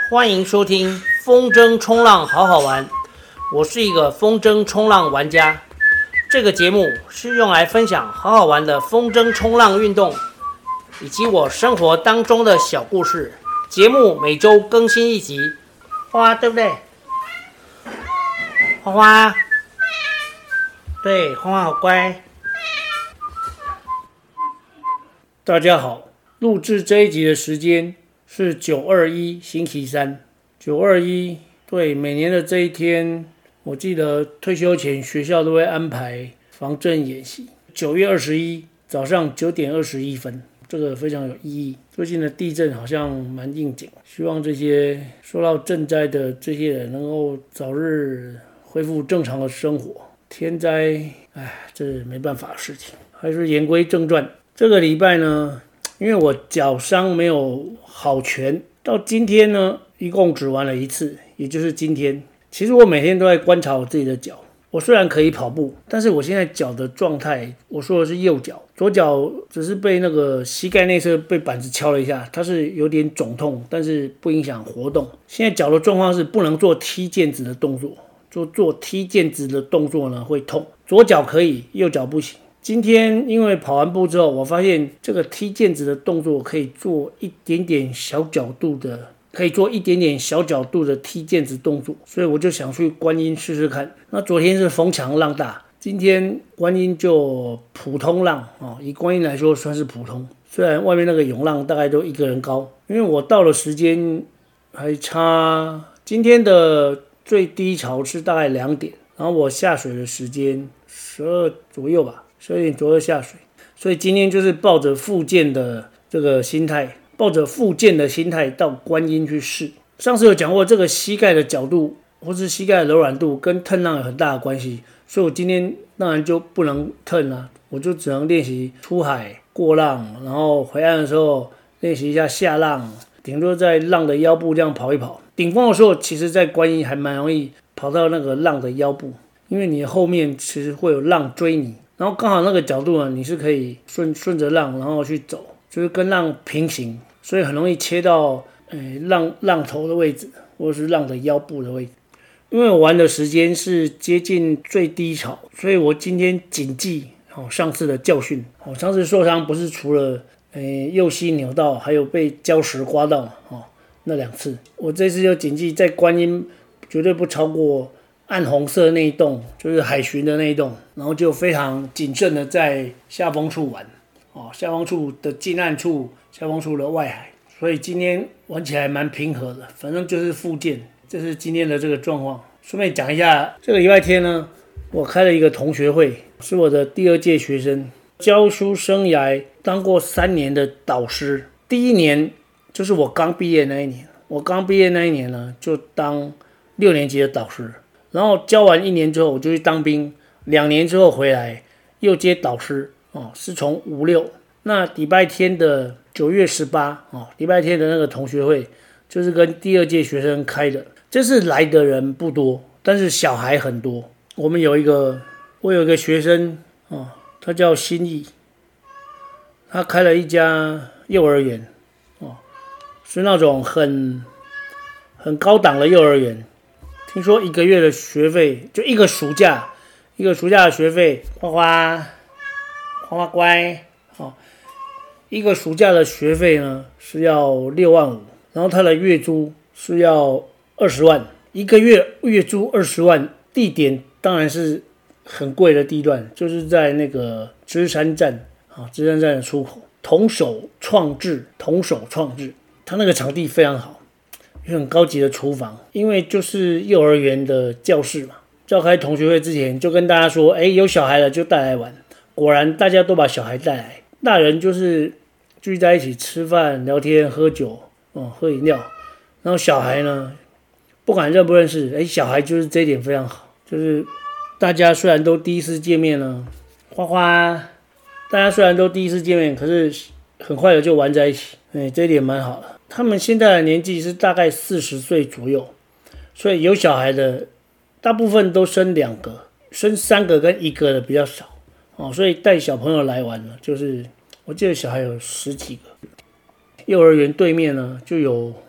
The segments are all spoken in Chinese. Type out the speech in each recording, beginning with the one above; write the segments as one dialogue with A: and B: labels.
A: 欢迎收听风筝冲浪好好玩，我是一个风筝冲浪玩家。这个节目是用来分享好好玩的风筝冲浪运动，以及我生活当中的小故事。节目每周更新一集，花花对不对？花花，对，花花好乖。大家好，录制这一集的时间是9/21星期三。9/21，对，每年的这一天，我记得退休前学校都会安排防震演习。9月21早上9点21分，这个非常有意义。最近的地震好像蛮应景，希望这些受到震灾的这些人能够早日恢复正常的生活。天灾，这没办法的事情。还是言归正传，这个礼拜呢，因为我脚伤没有好全，到今天呢，一共只玩了一次，也就是今天。其实我每天都在观察我自己的脚。我虽然可以跑步，但是我现在脚的状态，我说的是右脚，左脚只是被那个膝盖内侧被板子敲了一下，它是有点肿痛，但是不影响活动。现在脚的状况是不能做踢毽子的动作，做踢毽子的动作呢会痛。左脚可以，右脚不行。今天因为跑完步之后，我发现这个踢毽子的动作可以做一点点小角度的踢毽子动作，所以我就想去观音试试看。那昨天是风强浪大，今天观音就普通浪以观音来说算是普通，虽然外面那个涌浪大概都一个人高。因为我到了时间还差，今天的最低潮是大概2点，然后我下水的时间12左右吧，12点左右下水，所以今天就是抱着复健的这个心态，到观音去试。上次有讲过，这个膝盖的角度或是膝盖的柔软度跟turn浪有很大的关系，所以我今天当然就不能turn了，我就只能练习出海过浪，然后回岸的时候练习一下下浪，顶多在浪的腰部这样跑一跑。顶峰的时候，其实在观音还蛮容易跑到那个浪的腰部，因为你的后面其实会有浪追你，然后刚好那个角度呢，你是可以顺着浪然后去走，就是跟浪平行，所以很容易切到浪头的位置，或者是浪的腰部的位置。因为我玩的时间是接近最低潮，所以我今天谨记上次的教训。上次受伤不是除了右膝扭到，还有被礁石刮到那2次。我这次就谨记在观音绝对不超过暗红色那一栋，就是海巡的那一栋，然后就非常谨慎的在下风处玩，下风处的近岸处，下风处的外海。所以今天玩起来蛮平和的，反正就是复健，这是今天的这个状况。顺便讲一下，这个礼拜天呢，我开了一个同学会，是我的第2届学生，教书生涯当过3年的导师。第1年就是我刚毕业那一年，呢，就当6年级的导师，然后教完1年之后，我就去当兵，2年之后回来又接导师，是从5、6。那礼拜天的9月18礼拜天的那个同学会，就是跟第2届学生开的。这次来的人不多，但是小孩很多。我有一个学生他叫新义，他开了一家幼儿园是那种很高档的幼儿园。听说1个月的学费，就一个暑假的学费，花花乖一个暑假的学费呢是要6万5，然后他的月租是要20万，一个月月租20万，地点当然是很贵的地段，就是在那个芝山站的出口，同手创制，他那个场地非常好，有很高级的厨房，因为就是幼儿园的教室嘛。召开同学会之前就跟大家说，有小孩了就带来玩，果然大家都把小孩带来，大人就是聚在一起吃饭、聊天、喝酒，喝饮料。然后小孩呢，不管认不认识，小孩就是这一点非常好，就是大家虽然都第一次见面了，可是很快的就玩在一起，这一点蛮好的。他们现在的年纪是大概40岁左右，所以有小孩的大部分都生2个，生3个跟1个的比较少，所以带小朋友来玩呢，就是我记得小孩有10几个。幼儿园对面呢就有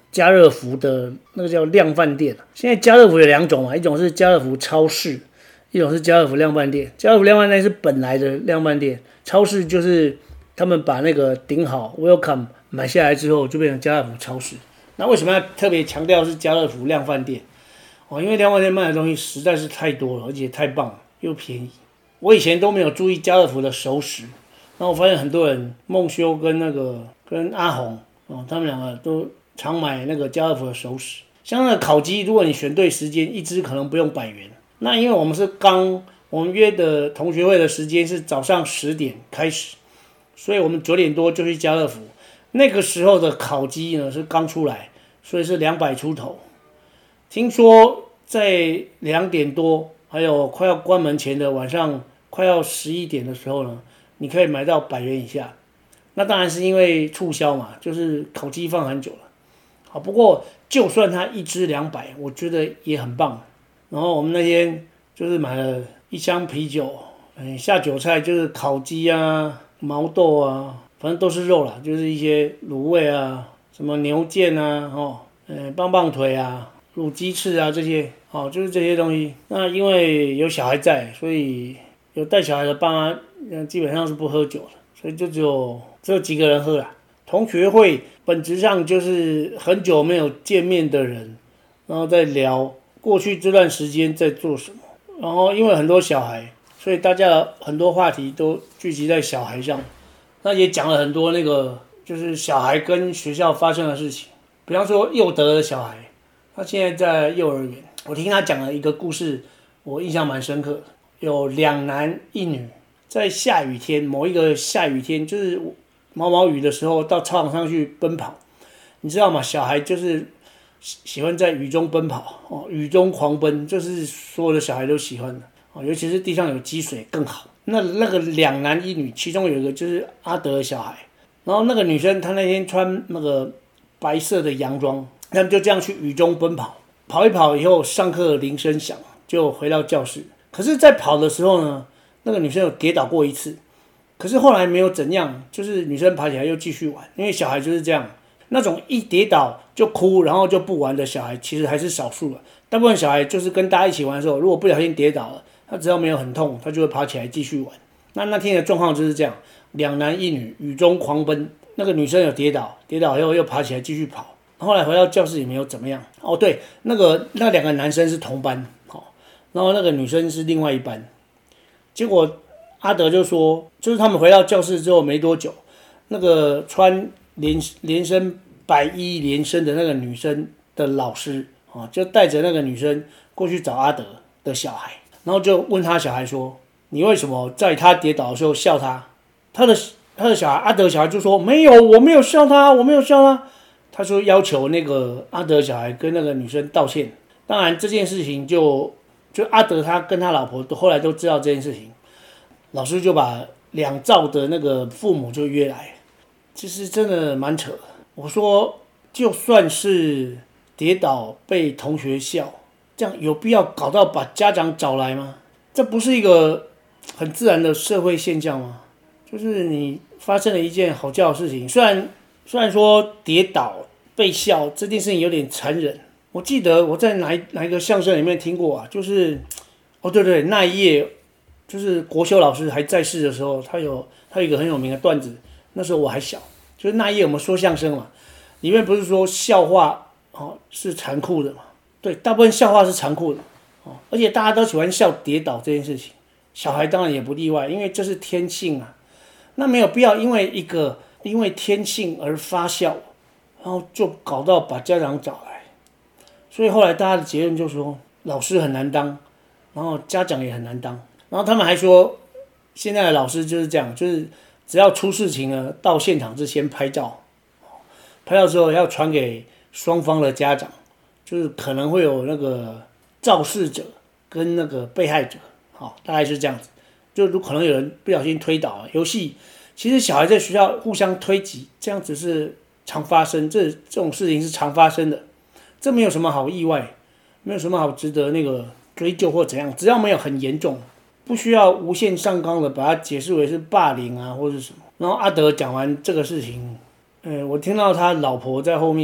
A: 家乐福的那个叫量贩店。现在家乐福有2种嘛，一种是家乐福超市，一种是家乐福量贩店。家乐福量贩店是本来的量贩店，超市就是他们把那个顶好 Welcome 买下来之后就变成家乐福超市。那为什么要特别强调是家乐福量贩店？因为量贩店卖的东西实在是太多了，而且太棒了，又便宜。我以前都没有注意家乐福的熟食，然后我发现很多人孟修跟阿红他们2个都常买那个家乐福的熟食。像那个烤鸡，如果你选对时间，一只可能不用100元。那因为我们约的同学会的时间是早上10点开始，所以我们9点多就去家乐福。那个时候的烤鸡呢是刚出来，所以是200出头。听说在2点多，还有快要关门前的晚上快要11点的时候呢，你可以买到100元以下。那当然是因为促销嘛，就是烤鸡放很久了。好，不过就算它一只200，我觉得也很棒。然后我们那天就是买了1箱啤酒，下酒菜就是烤鸡啊、毛豆啊，反正都是肉啦，就是一些卤味啊、什么牛腱啊、棒棒腿啊、卤鸡翅啊这些，就是这些东西。那因为有小孩在，所以有带小孩的爸妈基本上是不喝酒的，所以就只有几个人喝啦。同学会本质上就是很久没有见面的人，然后再聊过去这段时间在做什么。然后因为很多小孩，所以大家很多话题都聚集在小孩上。那也讲了很多那个就是小孩跟学校发生的事情。比方说佑德的小孩，他现在在幼儿园，我听他讲了一个故事，我印象蛮深刻的。有2男1女在下雨天，某一个下雨天，就是毛毛雨的时候，到操场上去奔跑。你知道吗？小孩就是喜欢在雨中奔跑，雨中狂奔，这是所有的小孩都喜欢的，尤其是地上有积水更好。那个2男1女，其中有一个就是阿德的小孩，然后那个女生她那天穿那个白色的洋装，他们就这样去雨中奔跑，跑一跑以后，上课铃声响，就回到教室。可是，在跑的时候呢，那个女生有跌倒过一次，可是后来没有怎样，就是女生爬起来又继续玩，因为小孩就是这样，那种一跌倒就哭，然后就不玩的小孩其实还是少数了。大部分小孩就是跟大家一起玩的时候，如果不小心跌倒了，他只要没有很痛，他就会爬起来继续玩。那天的状况就是这样，2男1女雨中狂奔，那个女生有跌倒，跌倒以后又爬起来继续跑。后来回到教室也没有怎么样。对，那2个男生是同班，然后那个女生是另外一班。结果阿德就说，就是他们回到教室之后没多久，那个穿连身白衣连身的那个女生的老师就带着那个女生过去找阿德的小孩，然后就问他小孩说：“你为什么在他跌倒的时候笑他？”他的小孩阿德小孩就说：“没有，我没有笑他，我没有笑他。”他说要求那个阿德小孩跟那个女生道歉。当然这件事情就阿德他跟他老婆后来都知道这件事情，老师就把2造的那个父母就约来。其实真的蛮扯的。我说就算是跌倒被同学笑，这样有必要搞到把家长找来吗？这不是一个很自然的社会现象吗？就是你发生了一件好笑的事情，虽然说跌倒被笑这件事情有点残忍。我记得我在哪一个相声里面听过啊，就是对，那一页就是国修老师还在世的时候，他有一个很有名的段子，那时候我还小，就是那一页我们说相声嘛，里面不是说笑话是残酷的嘛？对，大部分笑话是残酷的而且大家都喜欢笑跌倒这件事情，小孩当然也不例外，因为这是天性啊。那没有必要因为天性而发笑，然后就搞到把家长找来。所以后来大家的结论就说，老师很难当，然后家长也很难当。然后他们还说，现在的老师就是这样，就是只要出事情了，到现场之前拍照，拍照之后要传给双方的家长，就是可能会有那个肇事者跟那个被害者，大概是这样子。就可能有人不小心推倒游戏，其实小孩在学校互相推挤，这样子是常发生，这种事情是常发生的，这没有什么好意外，没有什么好值得那个追究或怎样，只要没有很严重，不需要无限上纲的把它解释为是霸凌或是什么。然后阿德讲完这个事情，我听到他老婆在后面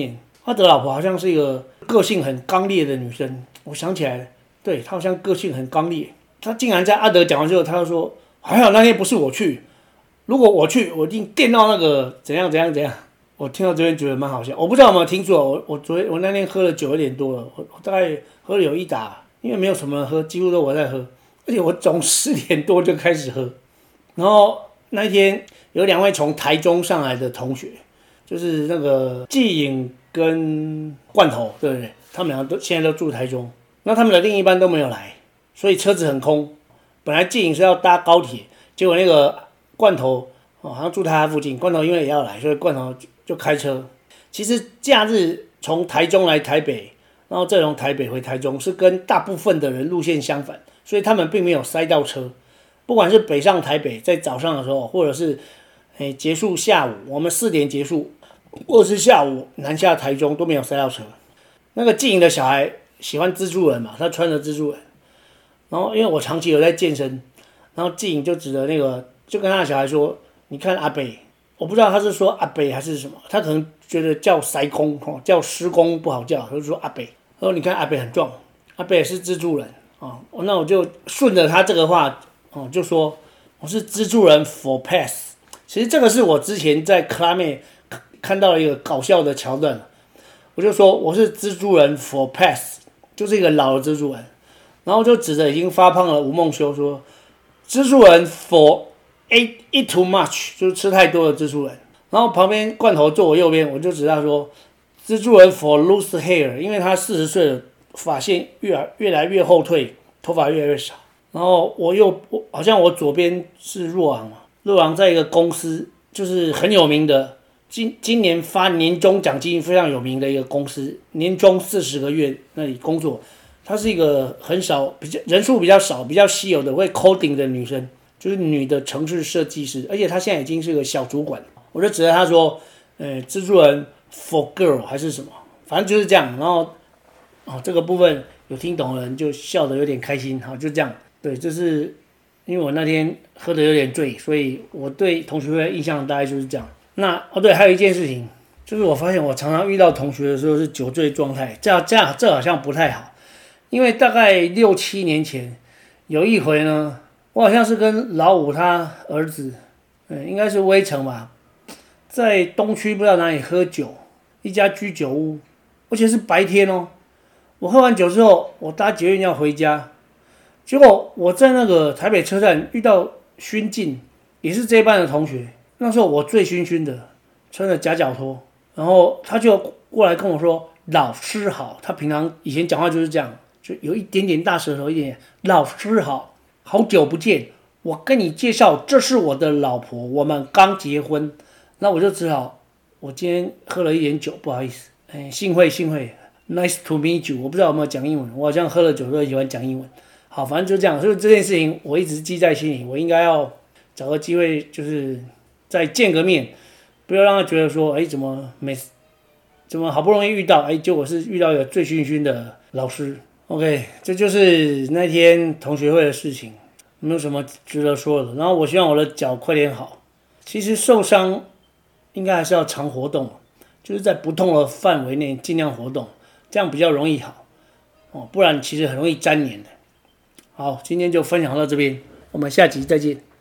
A: 阿德老婆好像是一个个性很刚烈的女生，我想起来了，对，她好像个性很刚烈。她竟然在阿德讲完之后，她就说：“还好那天不是我去，如果我去，我一定电到那个怎样怎样怎样。”我听到这边觉得蛮好笑，我不知道有没有听错。我那天喝了酒有点多了，我大概喝了有一打，因为没有什么人喝，几乎都我在喝，而且我从10点多就开始喝。然后那一天有2位从台中上来的同学，就是那个季颖跟罐头，对不对？他们两个现在都住台中，那他们的另一半都没有来，所以车子很空。本来季颖是要搭高铁，结果那个罐头好像住他附近，罐头因为也要来，所以罐头就开车。其实假日从台中来台北，然后再从台北回台中，是跟大部分的人路线相反，所以他们并没有塞到车。不管是北上台北在早上的时候，或者是结束下午，我们4点结束，或者是下午南下台中都没有塞到车。那个季颖的小孩喜欢蜘蛛人嘛，他穿着蜘蛛人，然后因为我长期有在健身，然后季颖就指着那个，就跟他的小孩说：“你看阿北。”我不知道他是说阿北还是什么，他可能觉得叫塞公叫施工不好叫，他就说阿北。他说：“你看阿北很壮，阿北也是蜘蛛人啊。”那我就顺着他这个话就说我是蜘蛛人 for pass。其实这个是我之前在克拉妹看到一个搞笑的桥段，我就说我是蜘蛛人 for pass， 就是一个老的蜘蛛人，然后就指着已经发胖了吴孟修说蜘蛛人 for eat too much， 就是吃太多的蜘蛛人。然后旁边罐头坐我右边，我就指他说蜘蛛人 for lose hair， 因为他40岁了，发线越来越后退，头发越来越少。然后好像我左边是若昂嘛，若昂在一个公司就是很有名的，今年发年终奖金非常有名的一个公司，年终40个月那里工作。她是一个很少人数比较少比较稀有的会 coding 的女生，就是女的程式设计师，而且她现在已经是个小主管。我就指着她说蜘蛛人 for girl 还是什么，反正就是这样。然后这个部分有听懂的人就笑得有点开心，就这样。对，这是因为我那天喝得有点醉，所以我对同学会的印象大概就是这样。那对，还有一件事情，就是我发现我常常遇到同学的时候是酒醉状态，这好像不太好。因为大概6、7年前有一回呢，我好像是跟老五他儿子，应该是威城吧，在东区不知道哪里喝酒，一家居酒屋，而且是白天哦。我喝完酒之后，我搭捷运要回家。结果我在那个台北车站遇到勋进，也是这一班的同学。那时候我醉醺醺的，穿着夹脚拖，然后他就过来跟我说：“老师好。”他平常以前讲话就是这样，就有一点点大舌头，一点老师好，好久不见，我跟你介绍，这是我的老婆，我们刚结婚。那我就只好，我今天喝了一点酒，不好意思，幸会，Nice to meet you。我不知道有没有讲英文，我好像喝了酒都很喜欢讲英文。好，反正就这样，所以这件事情我一直记在心里，我应该要找个机会，就是再见个面，不要让他觉得说，怎么好不容易遇到，结果是遇到一个醉醺醺的老师。OK， 这就是那天同学会的事情，没有什么值得说的。然后我希望我的脚快点好。其实受伤应该还是要常活动，就是在不痛的范围内尽量活动，这样比较容易好不然其实很容易粘连的。好，今天就分享到这边，我们下集再见。